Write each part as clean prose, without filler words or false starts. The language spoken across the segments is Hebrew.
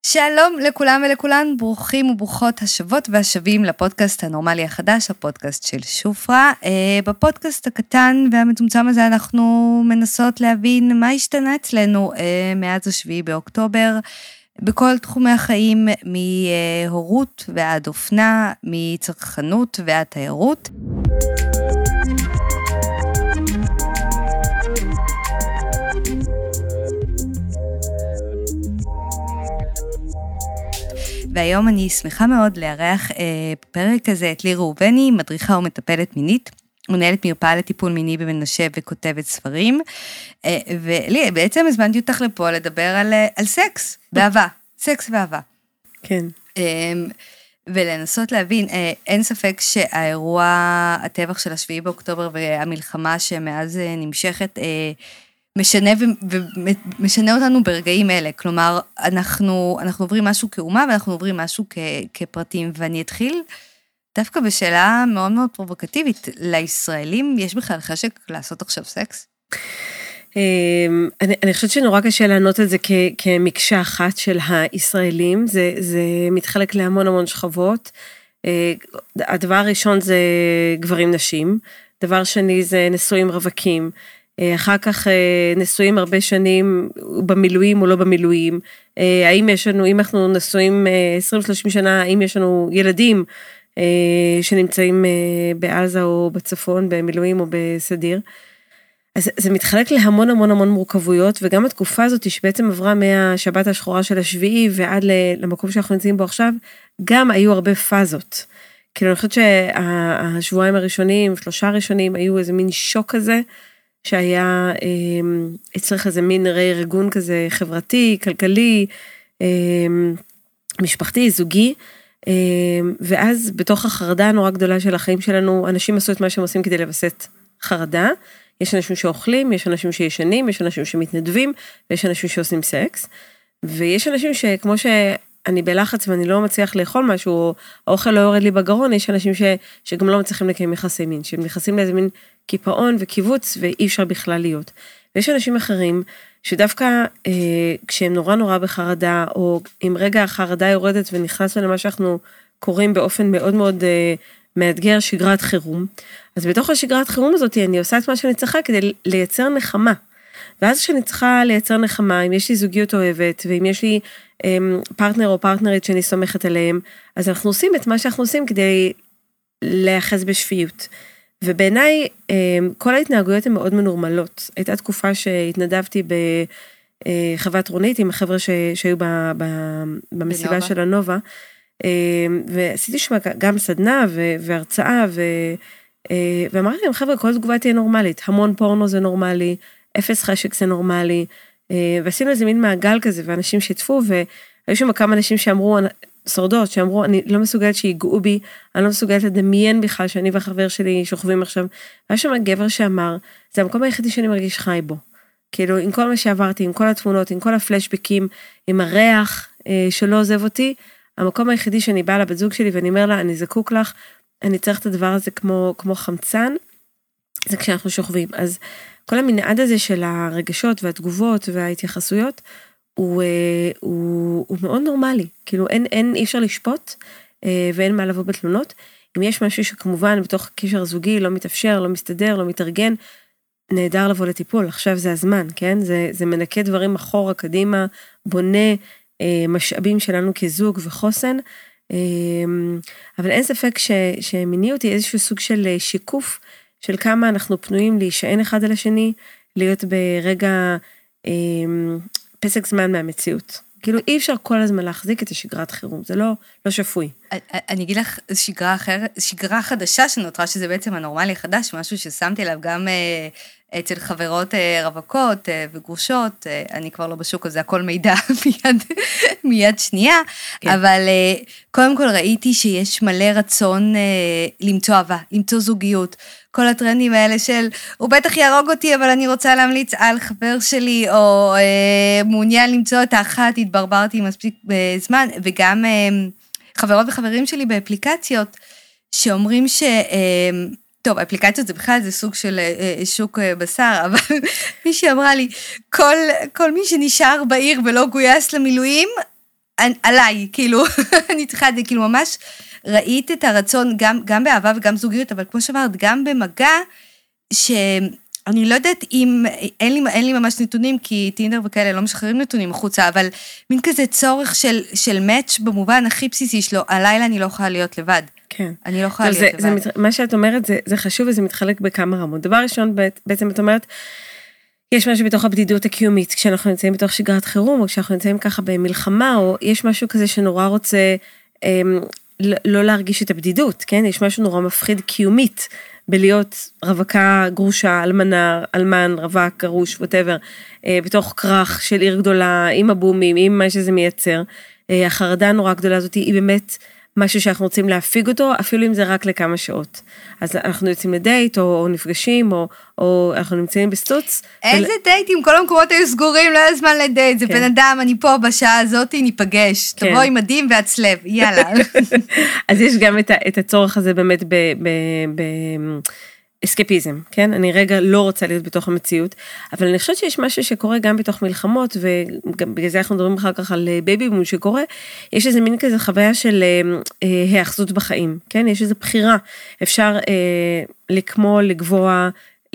שלום לכולם ולכולן, ברוכים וברוכות השבות והשבים לפודקאסט הנורמלי החדש, הפודקאסט של שופרה. בפודקאסט הקטן והמצומצם הזה אנחנו מנסות להבין מה השתנה אצלנו מאז 7 באוקטובר, בכל תחומי החיים, מהורות ועד אופנה, מצרכנות ועד תיירות. והיום אני שמחה מאוד לארח בפרק הזה את ליר ראובני, מדריכה ומטפלת מינית, מנהלת מרפאה לטיפול מיני במנשה וכותבת ספרים, ולי, בעצם הזמנתי אותך לפה לדבר על סקס ואהבה, סקס ואהבה. כן. ולנסות להבין, אין ספק שהאירוע, הטבח של 7 באוקטובר והמלחמה שמאז נמשכת, משנה אותנו ברגעים אלה, כלומר, אנחנו עוברים משהו כאומה, ואנחנו עוברים משהו כפרטים, ואני אתחיל דווקא בשאלה מאוד מאוד פרובוקטיבית, לישראלים יש בכלל חשק לעשות עכשיו סקס? אני חושבת שנורא קשה לענות את זה כמקשה אחת של הישראלים, זה מתחלק להמון המון שכבות, הדבר הראשון זה גברים נשים, דבר שני זה נשואים רווקים, אחר כך נשואים הרבה שנים במילואים או לא במילואים, האם יש לנו, אם אנחנו נשואים 20-30 שנה, האם יש לנו ילדים שנמצאים בעזה או בצפון, במילואים או בסדיר, אז זה מתחלק להמון המון המון מורכבויות, וגם התקופה הזאת שבעצם עברה מהשבת השחורה של השביעי ועד למקום שאנחנו נמצאים בו עכשיו, גם היו הרבה פאזות, כאילו אני חושבת שהשבועיים הראשונים, 3 הראשונים, היו איזה מין שוק כזה, שהיה אצלך איזה מין רגון כזה חברתי, כלכלי, משפחתי, זוגי, ואז בתוך החרדה הנורא גדולה של החיים שלנו, אנשים עשו את מה שהם עושים כדי לבסט חרדה, יש אנשים שאוכלים, יש אנשים שישנים, יש אנשים שמתנדבים, ויש אנשים שעושים סקס, ויש אנשים שכמו שאני בלחץ ואני לא מצליח לאכול משהו, האוכל לא יורד לי בגרון, יש אנשים שגם לא מצליחים לקיים יחסי מין, שהם נכנסים לאיזה מין קיפאון וקיבוץ, ואי אפשר בכלל להיות. ויש אנשים אחרים, שדווקא כשהם נורא בחרדה, או אם רגע החרדה יורדת ונכנס למה שאנחנו קוראים באופן מאוד מאוד מאתגר, שגרת חירום, אז בתוך השגרת חירום הזאת, אני עושה את מה שאני צריכה כדי לייצר נחמה. ואז כשאני צריכה לייצר נחמה, אם יש לי זוגיות אוהבת, ואם יש לי פרטנר או פרטנרית שאני סומכת עליהם, אז אנחנו עושים את מה שאנחנו עושים כדי להיאחז בשפיות. ובעיניי, כל ההתנהגויות הן מאוד מנורמלות. הייתה תקופה שהתנדבתי בחוות רונית עם החבר'ה שהיו במסיבה של הנובה, ועשיתי שם גם סדנה והרצאה, ואמרתי להם, חבר'ה, כל תגובה תהיה נורמלית. המון פורנו זה נורמלי, 0 חשק זה נורמלי, ועשינו איזה מין מעגל כזה, ואנשים שיתפו, והיו שם כמה אנשים שאמרו, שורדות, שאמרו, אני לא מסוגלת שיגעו בי, אני לא מסוגלת לדמיין בכלל, שאני והחבר שלי שוכבים עכשיו, והיה שם גבר שאמר, זה המקום היחידי שאני מרגיש חי בו, כאילו, עם כל מה שעברתי, עם כל התמונות, עם כל הפלשבקים, עם הריח שלא עוזב אותי, המקום היחידי שאני באה לבת זוג שלי, ואני אומר לה, אני זקוק לך, אני צריך את הדבר הזה כמו חמצן, זה כשאנחנו שוכבים, אז כל המנעד הזה של הרגשות והתגובות וההתייחסויות, הוא מאוד נורמלי, כאילו אי אפשר לשפוט, ואין מה לבוא בתלונות, אם יש משהו שכמובן בתוך קשר זוגי לא מתאפשר, לא מסתדר, לא מתארגן, נהדר לבוא לטיפול, עכשיו זה הזמן, כן? זה מנקה דברים אחורה, קדימה, בונה משאבים שלנו כזוג וחוסן, אבל אין ספק שמיניות היא איזשהו סוג של שיקוף, של כמה אנחנו פנויים להישען אחד על השני, להיות ברגע פסק זמן מהמציאות. כאילו אי אפשר כל הזמן להחזיק את השגרת חירום, זה לא שפוי. אני אגיד לך שגרה אחרת, שגרה חדשה שנותרה, שזה בעצם הנורמלי החדש, משהו ששמתי עליו גם אצל חברות רווקות וגרושות, אני כבר לא בשוק הזה, הכל מידע מיד שנייה, אבל קודם כל ראיתי שיש מלא רצון למצוא אהבה, למצוא זוגיות, כל הטרנדים האלה של, הוא בטח יהרוג אותי, אבל אני רוצה להמליץ על חבר שלי, או מעוניין למצוא את האחת, התברברתי מספיק בזמן, וגם חברות וחברים שלי באפליקציות, שאומרים טוב, האפליקציות זה בכלל, זה סוג של שוק בשר, אבל מישהי אמרה לי, כל מי שנשאר בעיר ולא גויס למילואים, עליי, כאילו, אני צריכה את זה, כאילו ממש ראית את הרצון, גם באהבה וגם זוגיות, אבל כמו שאמרת, גם במגע, שאני לא יודעת אם, אין לי ממש נתונים, כי טינדר וכאלה לא משחררים נתונים החוצה, אבל מין כזה צורך של מאץ' במובן הכי בסיסי שלו, הלילה אני לא יכולה להיות לבד. כן. אני לא יכולה להיות לבד. מה שאת אומרת, זה חשוב וזה מתחלק בכמה רמות. דבר ראשון, בעצם את אומרת, יש משהו בתוך הבדידות הקיומית, כשאנחנו נמצאים בתוך שגרת חירום, או כשאנחנו נמצאים ככה במלחמה, או יש משהו כזה שנורא רוצה לא להרגיש את הבדידות, כן? יש משהו נורא מפחיד קיומית, בלהיות רווקה, גרושה, אלמנה, אלמן, רווק, גרוש, whatever, בתוך כרך של עיר גדולה, עם הבומים, עם מה שזה מייצר. החרדה הנורא הגדולה הזאת היא באמת משהו שאנחנו רוצים להפיג אותו, אפילו אם זה רק לכמה שעות. אז אנחנו יוצאים לדייט, או נפגשים, או אנחנו נמצאים בסטוץ. איזה דייטים? כל המקומות היו סגורים, לא היה זמן לדייט, זה בן אדם, אני פה בשעה הזאת, ניפגש, תבוא עם מדים והצלב, יאללה. אז יש גם את הצורך הזה באמת אסקפיזם, כן? אני רגע לא רוצה להיות בתוך המציאות, אבל אני חושבת שיש משהו שקורה גם בתוך מלחמות, וגם בגלל זה אנחנו מדברים אחר כך על בייבי בום שקורה, יש איזה מין כזה חוויה של היאחזות בחיים, כן? יש איזו בחירה, אפשר לקמול, לגבוה,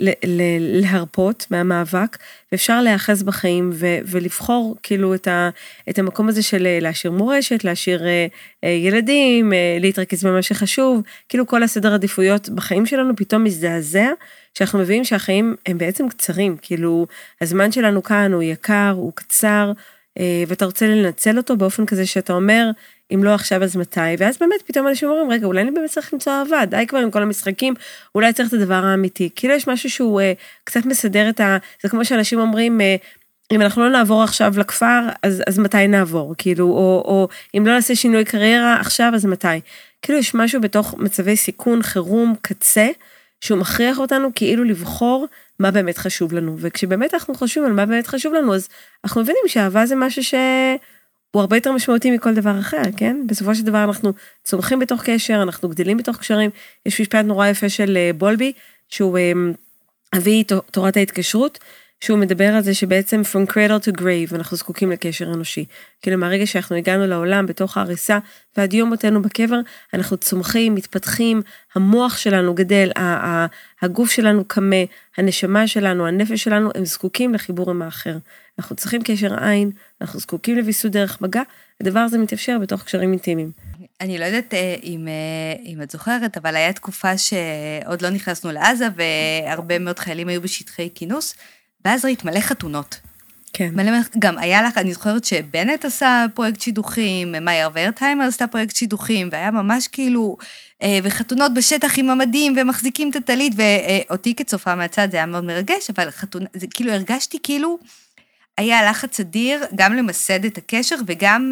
להרפות מהמאבק, ואפשר להיאחז בחיים ולבחור כאילו את המקום הזה של להשאיר מורשת, להשאיר ילדים, להתרכז במה שחשוב, כאילו כל הסדר עדיפויות בחיים שלנו פתאום מזדעזע, שאנחנו מביאים שהחיים הם בעצם קצרים, כאילו הזמן שלנו כאן הוא יקר, הוא קצר, ואתה רוצה לנצל אותו באופן כזה שאתה אומר, אם לא עכשיו אז מתי, ואז באמת פתאום אנשים אומרים, רגע, אולי אני באמת צריך למצוא אהבה, די כבר עם כל המשחקים, אולי צריך את הדבר האמיתי, כאילו יש משהו שהוא קצת מסדר זה כמו שאנשים אומרים, אם אנחנו לא נעבור עכשיו לכפר, אז מתי נעבור, כאילו, או אם לא נעשה שינוי קריירה עכשיו, אז מתי, כאילו יש משהו בתוך מצבי סיכון, חירום, קצה, שהוא מכריח אותנו כאילו לבחור מה באמת חשוב לנו, וכשבאמת אנחנו חושבים על מה באמת חשוב לנו, אז אנחנו מבינים שאהבה זה משהו הוא הרבה יותר משמעותי מכל דבר אחר, כן? בסופו של דבר אנחנו צומחים בתוך קשר, אנחנו גדלים בתוך קשרים, יש משפט נורא יפה של בולבי, שהוא אבי תורת ההתקשרות, שהוא מדבר על זה שבעצם from cradle to grave, אנחנו זקוקים לקשר אנושי. כאילו מהרגע שאנחנו הגענו לעולם בתוך ההריסה, ועד יום מותנו בקבר, אנחנו צומחים, מתפתחים, המוח שלנו גדל, הגוף שלנו קמה, הנשמה שלנו, הנפש שלנו, הם זקוקים לחיבור עם האחר. אנחנו צריכים קשר עין, אנחנו זקוקים לוויסות דרך מגע, הדבר הזה מתאפשר בתוך קשרים אינטימיים. אני לא יודעת אם את זוכרת, אבל היה תקופה שעוד לא נכנסנו לעזה, והרבה מאוד חיילים היו בשטחי כינוס, ואז ראית מלא חתונות. כן. גם היה לך, אני זוכרת שבנט עשה פרויקט שידוכים, מאייר ורטהיימר עשתה פרויקט שידוכים, והיה ממש כאילו, וחתונות בשטח עם המדים, ומחזיקים את הטלית, ואותי כצופה מהצד זה היה מאוד מרגש, אבל זה כאילו הרגשתי כאילו, היה לחץ אדיר, גם למסד את הקשר, וגם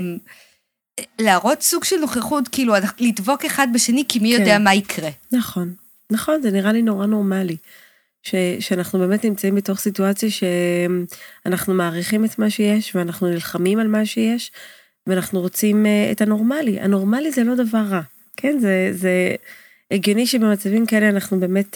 להראות סוג של נוכחות, כאילו לדבוק אחד בשני, כי מי יודע מה יקרה. נכון, נכון, זה נראה לי נורא נורמלי. שאנחנו באמת נמצאים בתוך סיטואציה שאנחנו מעריכים את מה שיש, ואנחנו נלחמים על מה שיש, ואנחנו רוצים את הנורמלי. הנורמלי זה לא דבר רע, כן? זה הגיוני שבמצבים כאלה אנחנו באמת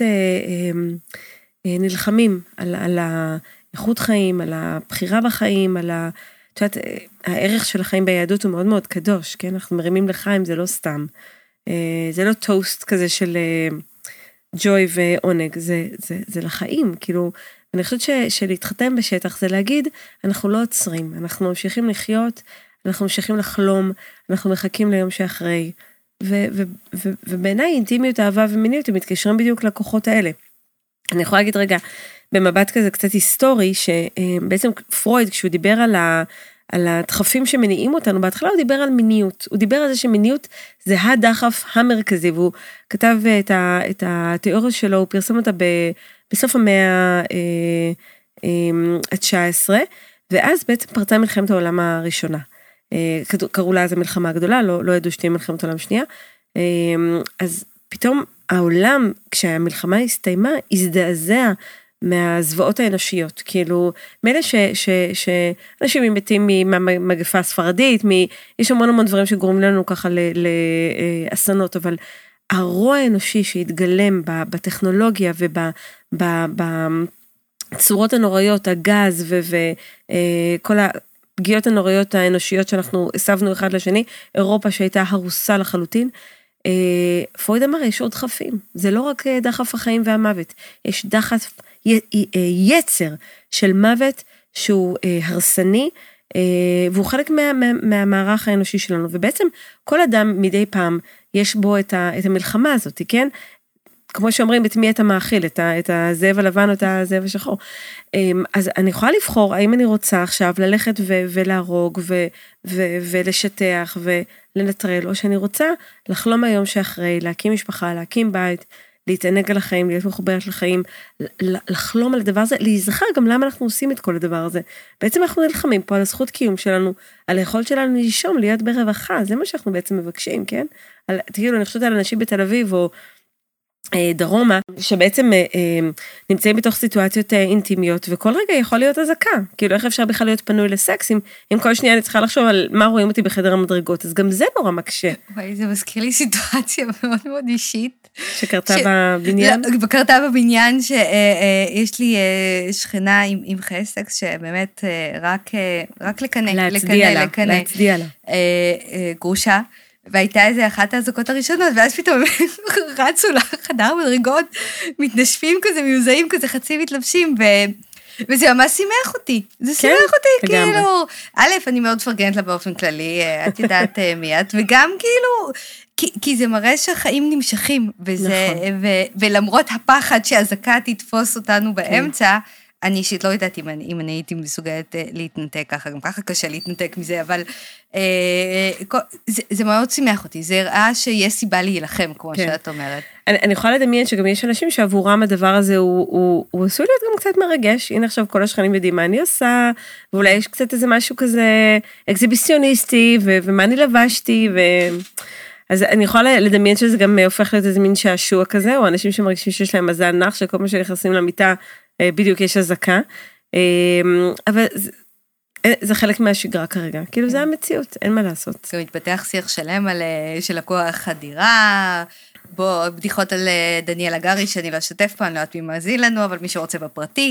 נלחמים על האיכות חיים, על הבחירה בחיים, על הערך של החיים ביהדות הוא מאוד מאוד קדוש, כן? אנחנו מרימים לחיים, זה לא סתם. זה לא טוסט כזה של ג'וי ועונג, זה לחיים, כאילו, אני חושבת שלהתחתן בשטח זה להגיד, אנחנו לא עוצרים, אנחנו ממשיכים לחיות, אנחנו ממשיכים לחלום, אנחנו מחכים ליום שאחרי, ובעיניי אינטימיות, אהבה ומיניות, הם מתקשרים בדיוק לכוחות האלה. אני יכולה להגיד רגע, במבט כזה קצת היסטורי, שבעצם פרויד, כשהוא דיבר על הדחפים שמניעים אותנו, בהתחלה הוא דיבר על מיניות, הוא דיבר על זה שמיניות זה הדחף המרכזי, והוא כתב את התיאוריה שלו, הוא פרסם אותה בסוף המאה ה-19, ואז בעצם פרצה מלחמת העולם הראשונה, קראו לה אז המלחמה הגדולה, לא ידעו שתהיה מלחמת העולם שנייה, אז פתאום העולם, כשהמלחמה הסתיימה, הזדעזע מהזוועות האנושיות, כאילו, מאלה שאנשים מתים ממגפה ספרדית, יש המון דברים שגורמים לנו ככה לאסונות, אבל הרוע האנושי שהתגלם בטכנולוגיה ובצורות הנוראיות, הגז וכל הפגיעות הנוראיות האנושיות שאנחנו הסבנו אחד לשני, אירופה שהייתה הרוסה לחלוטין, פרויד אמר, יש עוד דחפים, זה לא רק דחף החיים והמוות, יש דחף יצר של מוות שהוא הרסני, והוא חלק מהמערך האנושי שלנו, ובעצם כל אדם מדי פעם יש בו את המלחמה הזאת, כן? כמו שאומרים, את מי אתה מאכיל, את הזאב הלבן או את הזאב השחור. אז אני יכולה לבחור, האם אני רוצה עכשיו ללכת ולהרוג ולשטח ולנטרל, או שאני רוצה לחלום היום שאחרי, להקים משפחה, להקים בית, להתענג על החיים, להיות מחוברת לחיים, לחלום על הדבר הזה, להיזכר גם למה אנחנו עושים את כל הדבר הזה. בעצם אנחנו נלחמים פה על הזכות קיום שלנו, על היכולת שלנו לישום, להיות ברווחה, זה מה שאנחנו בעצם מבקשים, כן? תגידו, אני חושבת על אנשים בתל אביב, או דרומה, שבעצם נמצאים בתוך סיטואציות אינטימיות, וכל רגע יכול להיות הזקה, כאילו איך אפשר בכלל להיות פנוי לסקס, אם כל שנייה אני צריכה לחשוב על מה רואים אותי בחדר המדרגות, אז גם זה נורא מקשה. וואי, זה מזכיר לי סיטואציה מאוד מאוד אישית. שקרתה בבניין? לא, קרתה בבניין שיש לי שכנה עם חיי סקס, שבאמת רק לקנה. להצדיע לה. גרושה. והייתה איזה אחת הזוקות הראשונות, ואז פתאום רצו לחדר מדרגות, מתנשפים כזה, מיוזעים כזה, חצי מתלבשים, וזה ממש שימח אותי. זה שימח אותי, כאילו. א', אני מאוד פרגנת לה באופן כללי, את יודעת מי את, וגם כאילו, כי זה מראה שהחיים נמשכים, ולמרות הפחד שהזקה תתפוס אותנו באמצע, אני אישית לא יודעת אם אני הייתי מסוגלת להתנתק ככה, גם ככה קשה להתנתק מזה, אבל זה מאוד שימח אותי, זה הראה שיש סיבה להילחם, כמו שאת אומרת. אני יכולה לדמיין שגם יש אנשים שעבורם הדבר הזה הוא עשוי להיות גם קצת מרגש, הנה עכשיו כל השכנים יודעים מה אני עושה, ואולי יש קצת איזה משהו כזה אקזיביציוניסטי, ומה אני לבשתי, אז אני יכולה לדמיין שזה גם הופך להיות איזה מין שעשוע כזה, או אנשים שמרגישים שיש להם מזל נח, שכל מה שנכנסים למיטה, בדיוק יש הזקה, אבל זה חלק מהשגרה כרגע, כאילו זה המציאות, אין מה לעשות. גם מתפתח שיח שלם של הכוח חדירה, בדיחות על דניאל הגרי, שאני לא אשתף פה, אני לא יודעת מי מאזין לנו, אבל מי שרוצה בפרטי,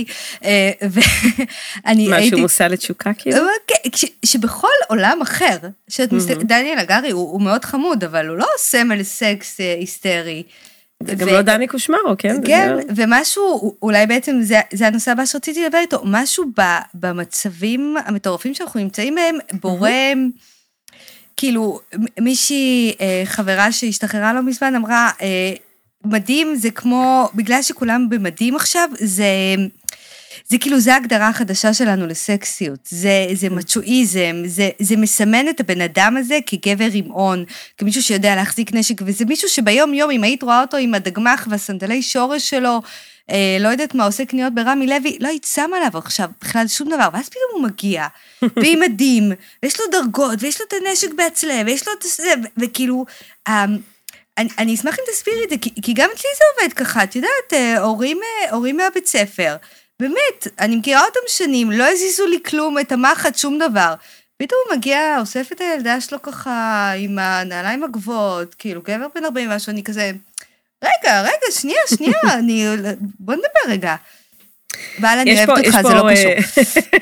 משהו מושא לתשוקה כאילו? שבכל עולם אחר, דניאל הגרי הוא מאוד חמוד, אבל הוא לא סמל סקס היסטרי, גם לא דני קושמרו, כן? כן, ומשהו, אולי בעצם זה הנושא הבא שרציתי לדבר איתו, משהו במצבים המטורפים שאנחנו נמצאים בהם, בורם, כאילו, מישהי חברה שהשתחררה לא מזמן, אמרה, מדים זה כמו, בגלל שכולם במדים עכשיו, זה כאילו, זה ההגדרה החדשה שלנו לסקסיות, זה מצ'ואיזם, זה מסמן את הבן אדם הזה כגבר רמעון, כמישהו שיודע להחזיק נשק, וזה מישהו שביום יום, אם היית רואה אותו עם הדגמח והסנדלי שורש שלו, לא יודעת מה, עושה קניות ברמי לוי, לא יצם עליו עכשיו בכלל שום דבר, ואז פתאום הוא מגיע, ועם מדים, ויש לו דרגות, ויש לו את הנשק בהצלב, ויש לו את זה, וכאילו, אני אשמח אם תסבירי את זה, כי גם אצלי זה עובד ככה, את יודעת, הורים מהבית ספר, באמת, אני מכירה אותם שנים, לא הזיזו לי כלום, את המחט, שום דבר. פתאום הוא מגיע, אוסף את הילדה שלו ככה, עם הנעליים הגבוהות, כאילו, גבר בן 40 משהו, אני כזה, רגע, שנייה, בוא נדבר רגע. אבל אני אוהבת אותך, זה לא קשור.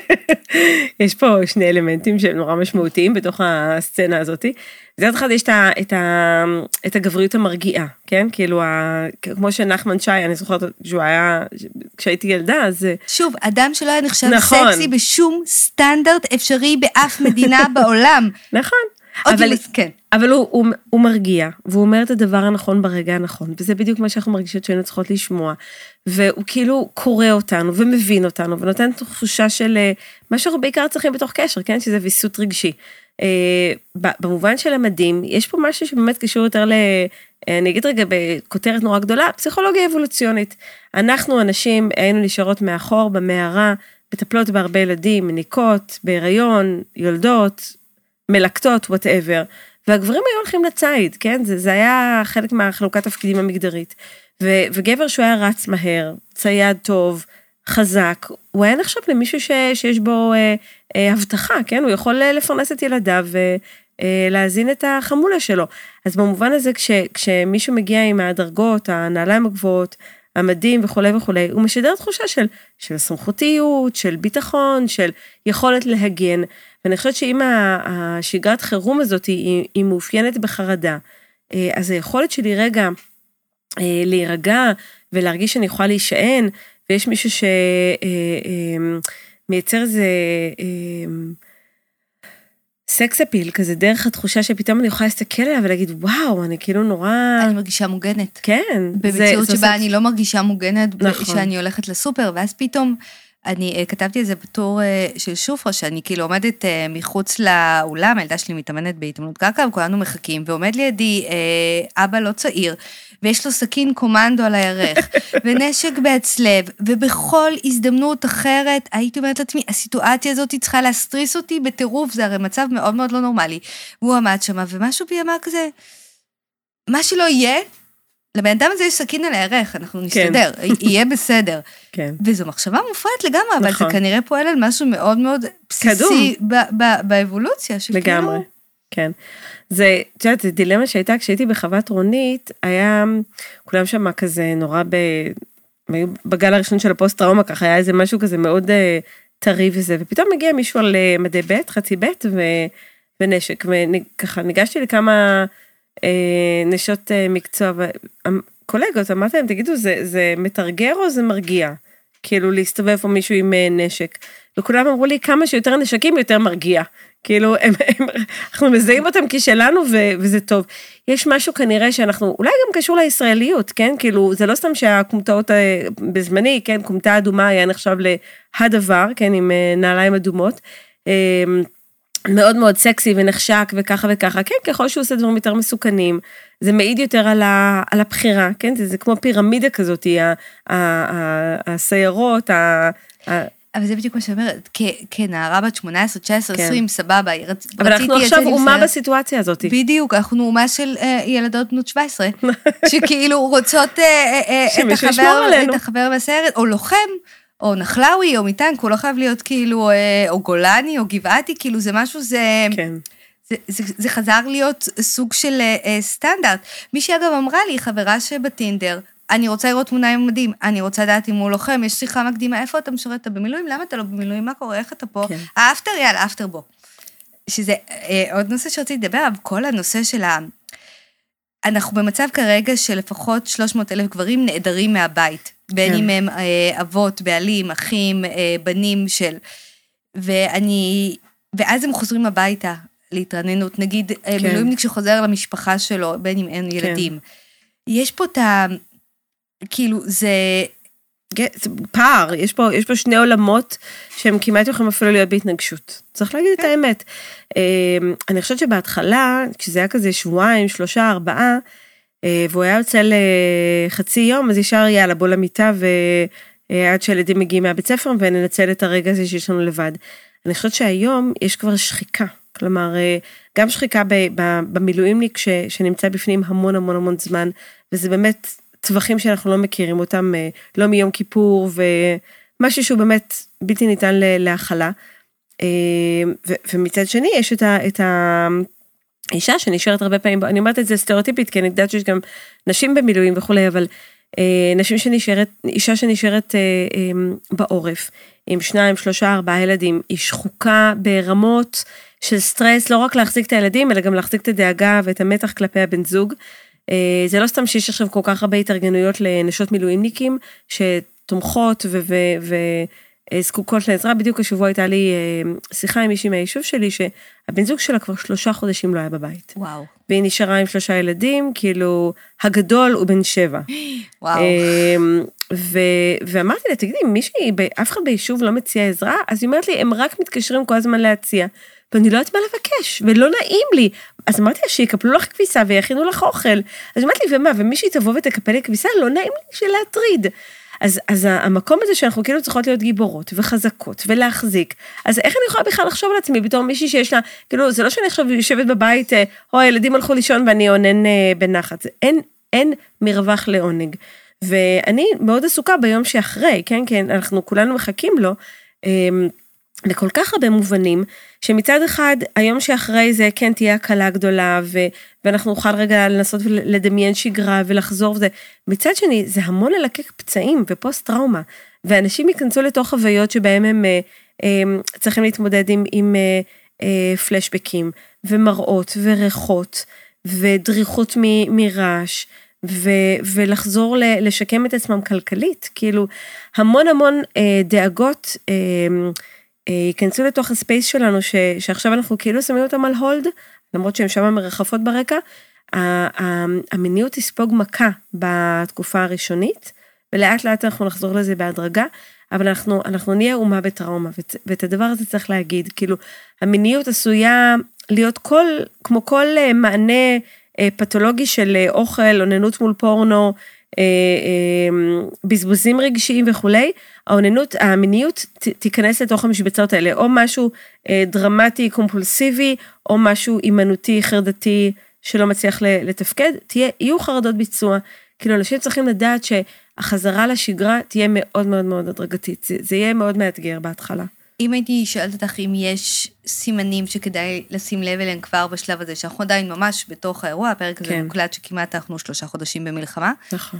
יש פה שני אלמנטים שהם נורא משמעותיים בתוך הסצנה הזאת. מצד אחד יש את הגבריות המרגיעה, כן? כאילו, כמו שנחמן שי, אני זוכרת שהוא היה, כשהייתי ילדה, אז... שוב, אדם שלא היה נחשב סקסי בשום סטנדרט אפשרי באף מדינה בעולם. נכון. אבל הוא מרגיע, והוא אומר את הדבר הנכון ברגע הנכון, וזה בדיוק מה שאנחנו מרגישות שהיינו צריכות לשמוע, והוא כאילו קורא אותנו, ומבין אותנו, ונותן תחושה של מה שאנחנו בעיקר צריכים בתוך קשר, כן? שזה ויסות רגשי. במובן של המדים, יש פה משהו שבאמת קשור יותר אני אגיד רגע בכותרת נורא גדולה, פסיכולוגיה אבולוציונית. אנחנו אנשים היינו נשארות מאחור, במערה, מטפלות בהרבה ילדים, מניקות, בהיריון, יולדות, מלקטות, whatever, והגברים היו הולכים לצייד, כן? זה היה חלק מהחלוקת תפקידים המגדרית, וגבר שהוא היה רץ מהר, צייד טוב, חזק, הוא היה נחשב למישהו שיש בו הבטחה, כן? הוא יכול לפרנס את ילדיו ולהזין את החמולה שלו. אז במובן הזה, כשמישהו מגיע עם הדרגות, הנעליים הגבוהות, המדים וכו' וכו', הוא משדר תחושה של סמכותיות, של ביטחון, של יכולת להגן, ואני חושבת שאם השגרת חירום הזאת היא מאופיינת בחרדה, אז היכולת שלי רגע להירגע ולהרגיש שאני יכולה להישען, ויש מישהו שמייצר איזה סקס אפיל, כזה דרך התחושה שפתאום אני יכולה להסתכל עליה ולהגיד, וואו, אני כאילו נורא... אני מרגישה מוגנת. כן. במציאות שבה אני לא מרגישה מוגנת, נכון. שאני הולכת לסופר, ואז פתאום, אני כתבתי איזה בטור של שופרה, שאני כאילו עומדת מחוץ לאולם, הילדה שלי מתאמנת בהתאמנות קרקע, וכולנו מחכים, ועומד לידי אבא לא צעיר, ויש לו סכין קומנדו על הירך, ונשק בהצלב, ובכל הזדמנות אחרת, הייתי אומרת לעצמי, הסיטואציה הזאת צריכה להסטריס אותי בטירוף, זה הרי מצב מאוד מאוד לא נורמלי. והוא עמד שמה, ומשהו בי אמר כזה, מה שלא יהיה, לבן אדם הזה יש סכין על הירך, אנחנו נסתדר, יהיה בסדר. כן. וזו מחשבה מופרעת לגמרי, אבל זה כנראה פועל על משהו מאוד מאוד בסיסי באבולוציה. לגמרי, כן. זה, את יודעת, דילמה שהייתה, כשהייתי בחוות רונית, היה, כולם שם כזה נורא בגל הראשון של הפוסט-טראומה, ככה היה איזה משהו כזה מאוד טרי וזה, ופתאום מגיע מישהו על מדי בית, חצי בית ונשק, וככה ניגשתי לכמה נשות מקצוע, קולגות, אמרתי להם, תגידו, זה מתרגר או זה מרגיע? כאילו להסתובב פה מישהו עם נשק. וכולם אמרו לי, כמה שיותר נשקים יותר מרגיע. כאילו, אנחנו מזהים אותם כשלנו, וזה טוב. יש משהו כנראה שאנחנו, אולי גם קשור לישראליות, כן? כאילו, זה לא סתם שהקומטאות בזמני, כן? קומטה אדומה היה נחשב להדבר, כן? עם נעליים אדומות. מאוד מאוד סקסי ונחשק וככה וככה, כן, ככל שהוא עושה דברים יותר מסוכנים, זה מעיד יותר על הבחירה, כן, זה כמו פירמידה כזאת, הסיירות, אבל זה בדיוק מה שאומרת, כנערה בת 18, 19, 20, סבבה, אבל אנחנו עכשיו אומה בסיטואציה הזאת. בדיוק, אנחנו אומה של ילדות בנות 17, שכאילו רוצות את החבר בסרט, או לוחם, או נחלאוי, או מיטנק, הוא לא חייב להיות כאילו, או גולני, או גבעתי, כאילו זה משהו, זה חזר להיות סוג של סטנדרט. מישהי אגב אמרה לי, חברה שבטינדר, אני רוצה לראות תמונה עם מדים, אני רוצה לדעת אם הוא לוחם, יש שיחה מקדימה, איפה אתה משרת? אתה במילואים? למה אתה לא במילואים? מה קורה? איך אתה פה? האפטר, יאללה, אפטר בו. שזה עוד נושא שרציתי לדבר, אבל כל הנושא של אנחנו במצב כרגע שלפחות 300,000 גברים נעדרים מהבית, בין אם הם אבות, בעלים, אחים, בנים של, ואז הם חוזרים הביתה להתרננות, נגיד מילואימניק שחוזר למשפחה שלו, בין אם אין ילדים. יש פה את כאילו זה פער, יש פה שני עולמות שהם כמעט יכולים אפילו להיות בהתנגשות. צריך להגיד את האמת. אני חושבת שבהתחלה, כשזה היה כזה שבועיים, 3, 4, והוא היה יוצא לחצי יום, אז ישר יאללה, בוא למיטה, ועד שהילדים מגיעים מהבית ספר, וננצל את הרגע הזה שיש לנו לבד. אני חושבת שהיום יש כבר שחיקה, כלומר, גם שחיקה במילואימניק שנמצא בפנים המון המון המון זמן, וזה באמת טווחים שאנחנו לא מכירים אותם, לא מיום כיפור, ומשהו שהוא באמת בלתי ניתן להכלה. ומצד שני, יש את האישה שנשארת הרבה פעמים, אני אומרת את זה סטריאוטיפית, כי אני יודעת שיש גם נשים במילואים וכולי, אבל אישה שנשארת בעורף, עם 2, 3, 4 ילדים, היא שחוקה ברמות של סטרס, לא רק להחזיק את הילדים, אלא גם להחזיק את הדאגה ואת המתח כלפי הבן זוג. זה לא סתם שיש עכשיו כל כך הרבה התארגנויות לנשות מילואימניקים, שתומכות וזקוקות לעזרה. בדיוק השבוע הייתה לי שיחה עם מישהי מהיישוב שלי, שהבן זוג שלה כבר 3 חודשים לא היה בבית. וואו. והיא נשארה עם 3 ילדים, כאילו, הגדול הוא בן 7. וואו. ואמרתי לה, תגידי, אף אחד ביישוב לא מציע עזרה? אז היא אומרת לי, הם רק מתקשרים כל הזמן להציע. ואני לא יודעת מה לבקש, ולא נעים לי. אז אמרתי לה, שיקפלו לך כביסה ויכינו לך אוכל. אז אמרתי לי, ומה, ומישהי תבוא ותקפל לי כביסה, לא נעים לי שלהטריד. אז המקום הזה שאנחנו כאילו צריכות להיות גיבורות וחזקות ולהחזיק, אז איך אני יכולה בכלל לחשוב על עצמי בתור מישהי שיש לה, כאילו זה לא שאני עכשיו יושבת בבית, או הילדים הלכו לישון ואני עונן בנחת, אין מרווח לעונג, ואני מאוד עסוקה ביום שאחרי, כן, אנחנו כולנו מחכים לו, לכל כך הרבה מובנים, שמצד אחד, היום שאחרי זה, כן, תהיה הקלה גדולה, ואנחנו נוכל רגע לנסות לדמיין שגרה, ולחזור וזה. מצד שני, זה המון ללקק פצעים, ופוסט טראומה, ואנשים ייכנסו לתוך חוויות, שבהם הם צריכים להתמודד עם פלשבקים, ומראות, וריחות, ודריכות מרעש, ולחזור לשקם את עצמם כלכלית, כאילו המון המון דאגות ייכנסו לתוך הספייס שלנו, שעכשיו אנחנו כאילו שמים אותם על הולד, למרות שהם שם מרחפות ברקע, המיניות תספוג מכה בתקופה הראשונית, ולאט לאט אנחנו נחזור לזה בהדרגה, אבל אנחנו נהיה אומה בטראומה, ואת הדבר הזה צריך להגיד, כאילו המיניות עשויה להיות כמו כל מענה פתולוגי של אוכל, עוננות מול פורנו, בזבוזים רגשיים וכולי, המיניות תיכנס לתוך המשבצות האלה, או משהו דרמטי, קומפולסיבי, או משהו אימנותי, חרדתי, שלא מצליח לתפקד, יהיו חרדות ביצוע, כאילו אנשים צריכים לדעת שהחזרה לשגרה תהיה מאוד מאוד מאוד הדרגתית, זה יהיה מאוד מאתגר בהתחלה. אם הייתי שואלת אותך אם יש סימנים שכדאי לשים לב אליהם כבר בשלב הזה, שאנחנו עדיין ממש בתוך האירוע, הפרק הזה מוקלט שכמעט אנחנו 3 חודשים במלחמה. נכון.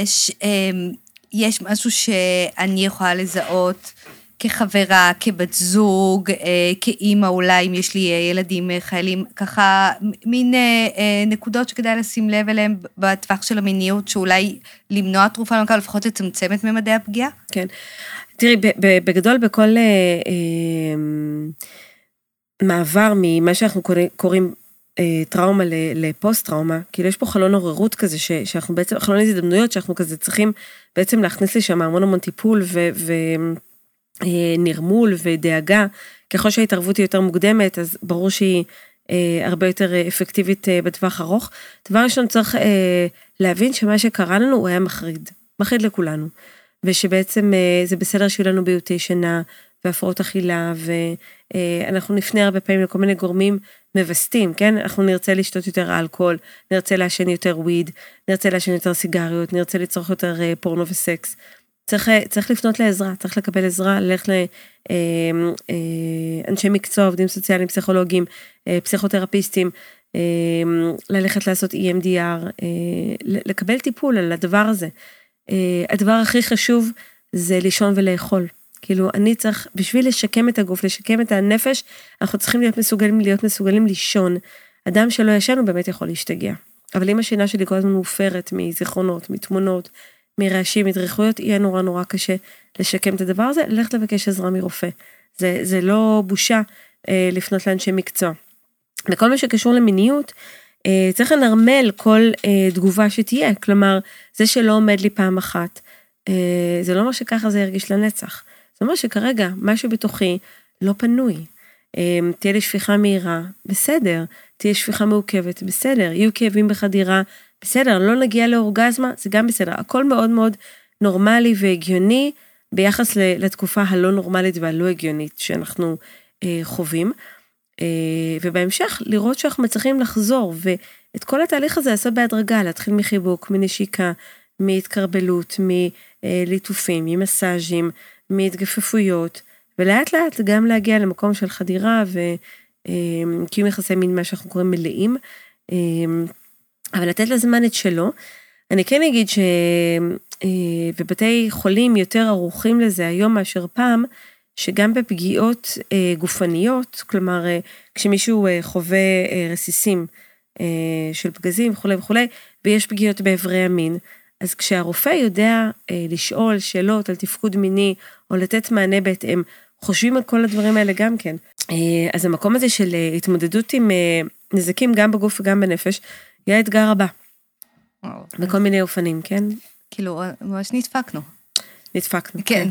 יש משהו שאני יכולה לזהות כחברה, כבת זוג, כאימא אולי, אם יש לי ילדים חיילים, ככה מין נקודות שכדאי לשים לב אליהם בטווח של המיניות, שאולי למנוע תרופה למכה, לפחות לצמצם את ממדי הפגיעה? כן. תראי, בגדול בכל מעבר ממה שאנחנו קוראים טראומה לפוסט טראומה, כאילו יש פה חלון עוררות כזה, שאנחנו בעצם, חלון הזדמנויות שאנחנו כזה צריכים בעצם להכניס לשם המון המון טיפול ונרמול ודאגה, ככל שההתערבות היא יותר מוקדמת, אז ברור שהיא הרבה יותר אפקטיבית בטווח ארוך. דבר ראשון צריך להבין שמה שקרה לנו הוא היה מחריד לכולנו. ושבעצם זה בסדר שיהיו לנו ביוטי שינה והפרעות אכילה, ואנחנו נפנה הרבה פעמים לכל מיני גורמים מבסטים, כן? אנחנו נרצה לשתות יותר אלכוהול, נרצה לעשן יותר וויד, נרצה לעשן יותר סיגריות, נרצה לצרוך יותר פורנו וסקס. צריך לפנות לעזרה, צריך לקבל עזרה, ללכת לאנשי מקצוע, עובדים סוציאליים, פסיכולוגים, פסיכותרפיסטים, ללכת לעשות EMDR, לקבל טיפול על הדבר הזה. הדבר הכי חשוב זה לישון ולאכול. כאילו, אני צריך, בשביל לשקם את הגוף, לשקם את הנפש, אנחנו צריכים להיות מסוגלים לישון. אדם שלא ישן הוא באמת יכול להשתגע. אבל אם השינה שלי כל הזמן מופרת מזיכרונות, מתמונות, מרעשים, מדריכויות, יהיה נורא נורא קשה לשקם את הדבר הזה, ללכת לבקש עזרה מרופא. זה לא בושה לפנות לאנשי מקצוע. בכל מה שקשור למיניות, צריך לנרמל כל תגובה שתהיה, כלומר, זה שלא עומד לי פעם אחת, זה לא אומר שככה זה ירגיש לנצח, זה אומר שכרגע משהו בתוכי לא פנוי, תהיה לי שפיכה מהירה, בסדר, תהיה שפיכה מעוכבת, בסדר, יהיו כאבים בחדירה, בסדר, לא נגיע לאורגזמה, זה גם בסדר, הכל מאוד מאוד נורמלי והגיוני, ביחס לתקופה הלא נורמלית והלא הגיונית שאנחנו חווים, ובהמשך לראות שאנחנו מצליחים לחזור, ואת כל התהליך הזה לעשות בהדרגה, להתחיל מחיבוק, מנשיקה, מהתקרבלות, מליטופים, ממסאז'ים, מהתגפפויות, ולאט לאט גם להגיע למקום של חדירה, וקיום יחסי מין מה שאנחנו קוראים מלאים, אבל לתת לזמן את שלו. אני כן אגיד ובתי חולים יותר ערוכים לזה היום מאשר פעם, שגם בפגיעות גופניות, כלומר, כשמישהו חווה רסיסים של פגזים וכו' וכו', ויש פגיעות בעברי המין, אז כשהרופא יודע לשאול שאלות על תפקוד מיני, או לתת מענה בהתאם, חושבים על כל הדברים האלה גם כן. אז המקום הזה של התמודדות עם נזקים גם בגוף וגם בנפש, יהיה אתגר הבא. בכל מיני אופנים, כן? כאילו, ממש נדפקנו. כן.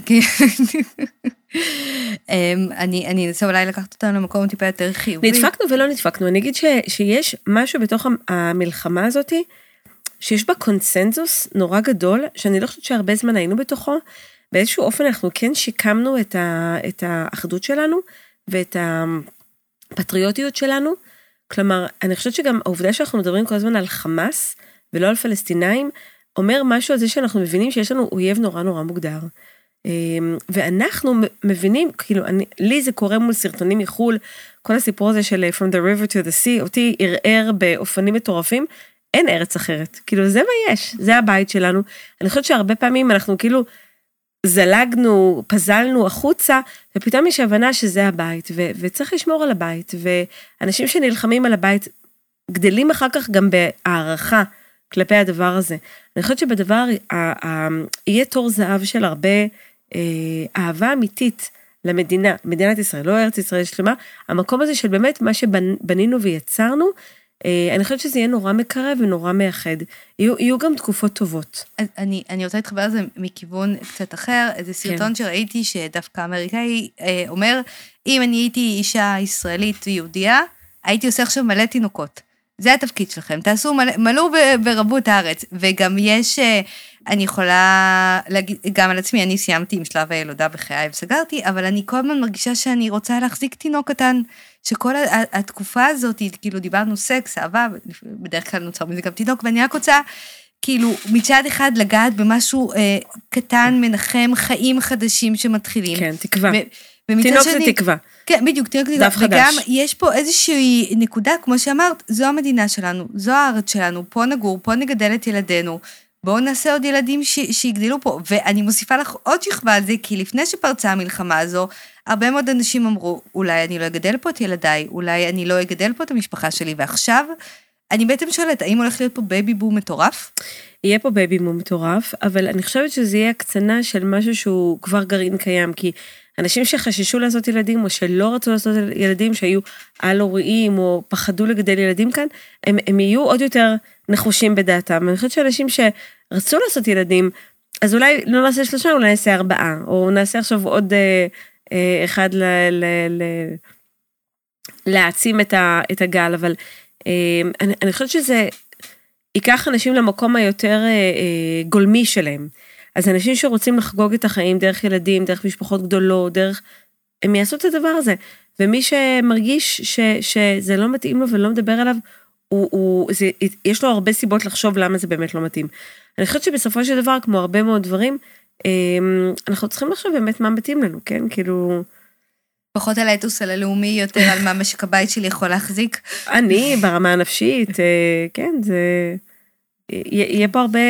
אני אנסה אולי לקחת אותנו למקום טיפה יותר חיובי. נדפקנו ולא נדפקנו. אני אגיד שיש משהו בתוך המלחמה הזאת, שיש בה קונסנזוס נורא גדול, שאני לא חושבת שהרבה זמן היינו בתוכו, באיזשהו אופן אנחנו כן שיקמנו את האחדות שלנו, ואת הפטריוטיות שלנו. כלומר, אני חושבת שגם העובדה שאנחנו מדברים כל הזמן על חמאס, ולא על פלסטינאים, אומר משהו על זה שאנחנו מבינים שיש לנו אויב נורא נורא מוגדר. ואנחנו מבינים, כאילו, לי זה קורה מול סרטונים מחול, כל הסיפור הזה של From the River to the Sea, אותי ערער באופנים מטורפים, אין ארץ אחרת. כאילו, זה מה יש, זה הבית שלנו. אני חושבת שהרבה פעמים אנחנו כאילו זלגנו, פזלנו החוצה, ופתאום יש הבנה שזה הבית, וצריך לשמור על הבית, ואנשים שנלחמים על הבית, גדלים אחר כך גם בהערכה כלפי הדבר הזה. אני חושבת שבדבר, יהיה תור זהב של הרבה אהבה אמיתית למדינה, מדינת ישראל, לא ארץ ישראל שלמה, המקום הזה של באמת מה שבנינו ויצרנו, אני חושבת שזה יהיה נורא מקרב ונורא מייחד. יהיו גם תקופות טובות. אני רוצה להתחבר על זה מכיוון קצת אחר, איזה סרטון שראיתי שדווקא אמריקאי אומר, אם אני הייתי אישה ישראלית ויהודיה, הייתי עושה עכשיו מלא תינוקות. זה התפקיד שלכם, תעשו מלאו ברבות הארץ, וגם יש, אני יכולה להגיד, גם על עצמי, אני סיימתי עם שלב הילודה בחיי וסגרתי, אבל אני כל הזמן מרגישה שאני רוצה להחזיק תינוק קטן, שכל התקופה הזאת, כאילו דיברנו סקס, אהבה, בדרך כלל נוצר מזה גם תינוק, ואני רק רוצה, כאילו, מצד אחד לגעת במשהו קטן, מנחם, חיים חדשים שמתחילים. כן, תקווה. תינוק זה תקווה. כן, בדיוק, תינוק זה תקווה. וגם יש פה איזושהי נקודה, כמו שאמרת, זו המדינה שלנו, זו הארץ שלנו, פה נגור, פה נגדל את ילדינו, בואו נעשה עוד ילדים שיגדלו פה, ואני מוסיפה לך עוד שכבה על זה, כי לפני שפרצה המלחמה הזו, הרבה מאוד אנשים אמרו, אולי אני לא אגדל פה את ילדיי, אולי אני לא אגדל פה את המשפחה שלי, ועכשיו אני בעצם שואלת, האם הולך להיות פה בייבי בום מטורף? יהיה פה בייבי בום מטורף, אבל אני חושבת שזה יהיה הקצנה של משהו שהוא כבר גרעין קיים, כי אנשים שחששו לעשות ילדים, או שלא רצו לעשות ילדים, שהיו על-הוריים, או פחדו לגדל ילדים כאן, הם יהיו עוד יותר נחושים בדעתם. אני חושבת שאנשים שרצו לעשות ילדים, אז אולי לא נעשה 3, אולי נעשה 4, או נעשה עכשיו עוד אחד להעצים את הגל, אבל אני חושבת שזה ייקח אנשים למקום היותר גולמי שלהם. אז אנשים שרוצים לחגוג את החיים דרך ילדים, דרך משפחות גדולות, הם יעשו את הדבר הזה. ומי שמרגיש שזה לא מתאים לו ולא מדבר עליו, יש לו הרבה סיבות לחשוב למה זה באמת לא מתאים. אני חושבת שבסופו של דבר, כמו הרבה מאוד דברים, אנחנו צריכים לחשוב באמת מה מתאים לנו, כן? כאילו... פחות על האתוס הלאומי, יותר על מה משק הבית שלי יכול להחזיק. אני, ברמה הנפשית, כן, זה... יהיו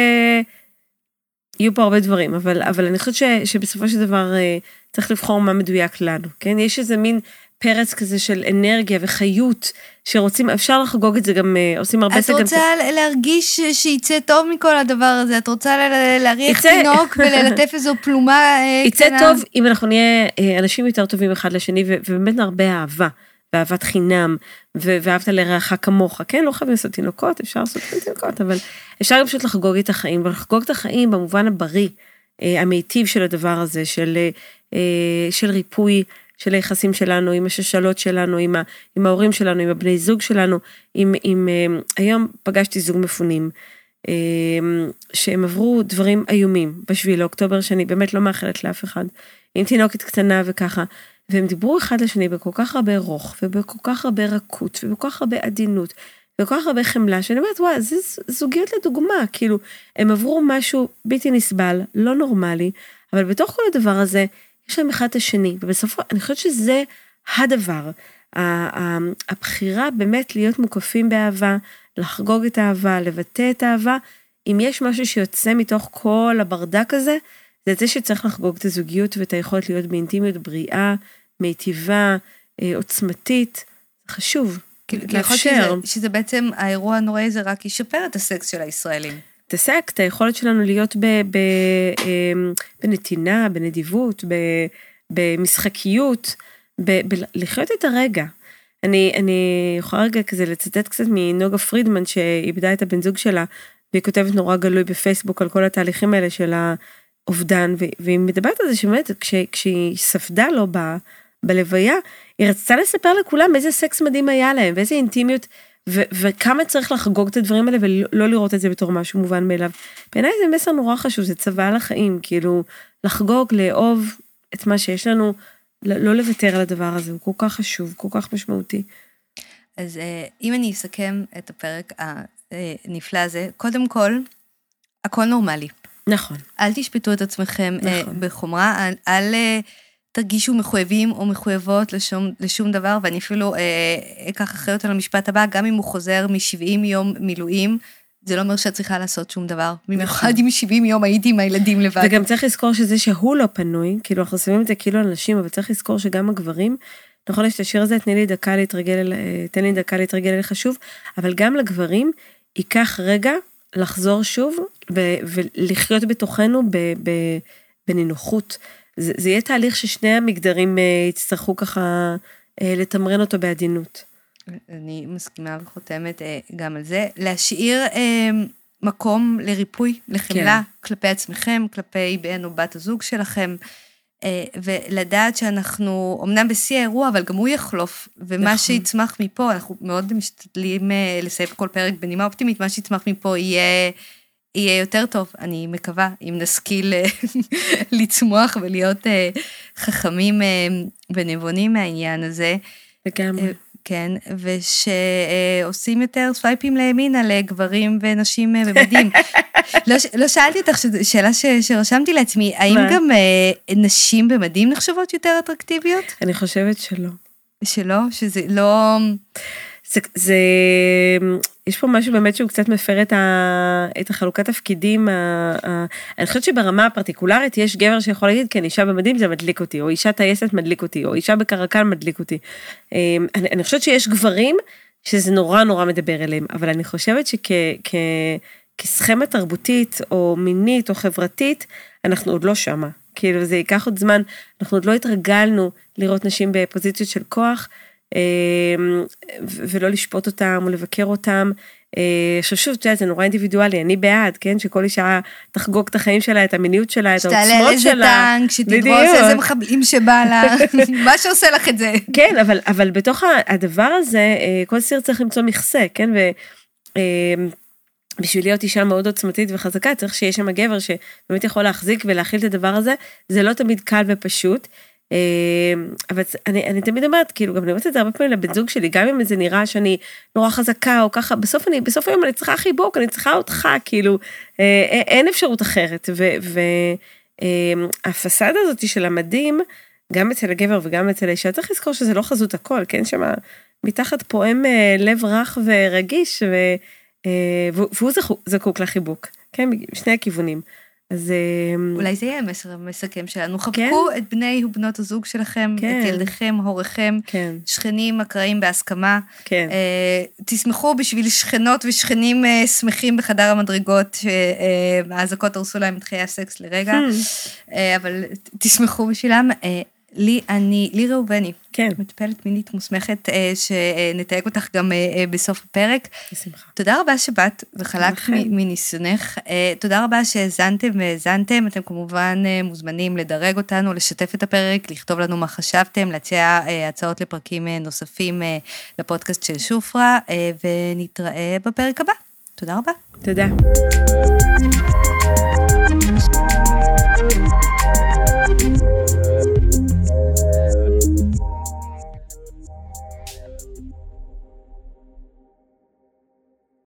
פה הרבה דברים, אבל אני חושבת שבסופו של דבר צריך לבחור מה מדויק לנו, כן? יש איזה מין פרץ כזה של אנרגיה וחיות, שרוצים, אפשר לחגוג את זה גם, עושים הרבה... את רוצה להרגיש שיצא טוב מכל הדבר הזה, את רוצה להריח תינוק וללטף איזו פלומה יצא טוב אם אנחנו נהיה אנשים יותר טובים אחד לשני, ובאמת נרבה אהבה, ואהבת חינם, ואהבת לרעך כמוך, כן? לא חייבים לעשות תינוקות, אפשר לעשות תינוקות, אבל אפשר גם פשוט לחגוג את החיים, ולחגוג את החיים במובן הבריא, המיטיב של הדבר הזה, של ריפוי, של היחסים שלנו, עם השושלות שלנו, עם ההורים שלנו, עם הבני זוג שלנו, היום פגשתי זוג מפונים, שהם עברו דברים איומים, בשביל לאוקטובר, שאני באמת לא מאחלת לאף אחד, עם תינוקת קטנה וככה, והם דיברו אחד לשני בכל כך הרבה רוך, ובכל כך הרבה רכות, ובכל כך הרבה עדינות, ובכל כך הרבה חמלה, שאני אומרת, וואי, זה זוגיות לדוגמה, כאילו, הם עברו משהו בלתי נסבל, לא נורמלי, אבל בתוך כל הדבר הזה, יש להם אחד השני, ובסופו, אני חושבת שזה הדבר, הבחירה באמת להיות מוקפים באהבה, לחגוג את האהבה, לבטא את האהבה, אם יש משהו שיוצא מתוך כל הברדק הזה, זה שצריך לחגוג את הזוגיות ואת היכולת להיות באינטימיות בריאה, מיטיבה, עוצמתית, זה חשוב. לאפשר. שזה בעצם, האירוע הנוראי זה רק ישפר את הסקס של הישראלים. את הסקס, את היכולת שלנו להיות בנתינה, בנדיבות, במשחקיות, לחיות את הרגע. אני יכולה רגע כזה לצטט קצת מנוגה פרידמן, שאיבדה את הבן זוג שלה, והיא כותבת נורא גלוי בפייסבוק על כל התהליכים האלה של האובדן, והיא מדברת על זה שבאמת, כשהיא ספדה לו בלוויה, היא רצתה לספר לכולם איזה סקס מדהים היה להם, ואיזה אינטימיות, וכמה צריך לחגוג את הדברים האלה, ולא לראות את זה בתור משהו מובן מאליו. בעיניי זה מסר נורא חשוב, זה צבא על החיים, כאילו לחגוג, לאהוב את מה שיש לנו, לא לוותר על הדבר הזה, הוא כל כך חשוב, כל כך משמעותי. אז אם אני אסכם את הפרק הנפלא הזה, קודם כל, הכל נורמלי. נכון. אל תשפטו את עצמכם בחומרה, אל תרגישו מחויבים או מחויבות לשום דבר, ואני אפילו אקח אחריות על המשפט הבא, גם אם הוא חוזר מ-70 יום מילואים, זה לא אומר שאת צריכה לעשות שום דבר. במיוחד אם 70 יום הייתי עם הילדים לבד. וגם צריך לזכור שזה שהוא לא פנוי, כאילו אנחנו שמים את זה כאילו אנשים, אבל צריך לזכור שגם הגברים, נכון, יש את השיר הזה, תן לי דקה להתרגל אליך שוב, אבל גם לגברים, ייקח רגע לחזור שוב, ולחיות בתוכנו בנינוחות. זה יהיה תהליך ששני המגדרים יצטרכו ככה לתמרן אותו בעדינות. אני מסכימה וחותמת גם על זה. להשאיר מקום לריפוי, לחמלה, כלפי עצמכם, כלפי בן או בת הזוג שלכם, ולדעת שאנחנו אומנם בשיא האירוע, אבל גם הוא יחלוף, ומה שיצמח מפה, אנחנו מאוד משתדלים לסיים כל פרק בנימה אופטימית, מה שיצמח מפה יהיה יותר טוב, אני מקווה, אם נשכיל לצמוח ולהיות חכמים ונבונים מהעניין הזה. לגמרי. כן, ושעושים יותר סווייפים לימינה לגברים ונשים במדים. לא שאלתי אותך, שאלה שרשמתי לעצמי, האם גם נשים במדים נחשבות יותר אטרקטיביות? אני חושבת שלא. שלא? שזה לא... יש פה משהו באמת שהוא קצת מפר את החלוקת תפקידים, אני חושבת שברמה הפרטיקולרית יש גבר שיכול להגיד, כן, אישה במדים זה מדליק אותי, או אישה טייסת מדליק אותי, או אישה בקרקל מדליק אותי. אני חושבת שיש גברים שזה נורא נורא מדבר אליהם, אבל אני חושבת שכסכמה תרבותית, או מינית, או חברתית, אנחנו עוד לא שמה. כאילו זה ייקח עוד זמן, אנחנו עוד לא התרגלנו לראות נשים בפוזיציות של כוח, ולא לשפוט אותם או לבקר אותם. שוב, זה נורא אינדיבידואלי, אני בעד, כן, שכל אישה תחגוג את החיים שלה, את המיניות שלה, את העוצמות שלה. שתעלה איזה טנק, שתדרוס איזה מחבלים שבא לה, מה שעושה לך את זה. כן, אבל בתוך הדבר הזה, כל סיר צריך למצוא מכסה, כן, בשביל להיות אישה מאוד עוצמתית וחזקה, צריך שיש שם גבר שבאמת יכול להחזיק ולהכיל את הדבר הזה, זה לא תמיד קל ופשוט, אבל אני תמיד אומרת, כאילו, גם אני אומרת את זה הרבה פעמים לבן זוג שלי, גם אם זה נראה שאני נורא חזקה, או ככה, בסוף היום אני צריכה חיבוק, אני צריכה אותך, כאילו, אין אפשרות אחרת, והפסדה הזאת של המדים, גם אצל הגבר וגם אצל האישה, צריך לזכור שזה לא חזות הכל, כן, שמה, מתחת פועם לב רך ורגיש, והוא זקוק לחיבוק, כן, שני הכיוונים. אז אולי זה יהיה המסר המסכם שלנו. חבקו את בני ובנות הזוג שלכם, את ילדיכם, הוריכם, שכנים אקראיים בהסכמה. תשמחו בשביל שכנות ושכנים שמחים בחדר המדרגות, שהאזעקות הרסו להם את חיי הסקס לרגע, אבל תשמחו בשבילם. לי ראובני, מטפלת מינית מוסמכת, שנתייג אותך גם בסוף הפרק. בשמחה. תודה רבה שבאת וחלקת מניסיונך. תודה רבה שהאזנתם והאזנתם. אתם כמובן מוזמנים לדרג אותנו, לשתף את הפרק, לכתוב לנו מה חשבתם, להציע הצעות לפרקים נוספים לפודקאסט של שופרה, ונתראה בפרק הבא. תודה רבה. תודה.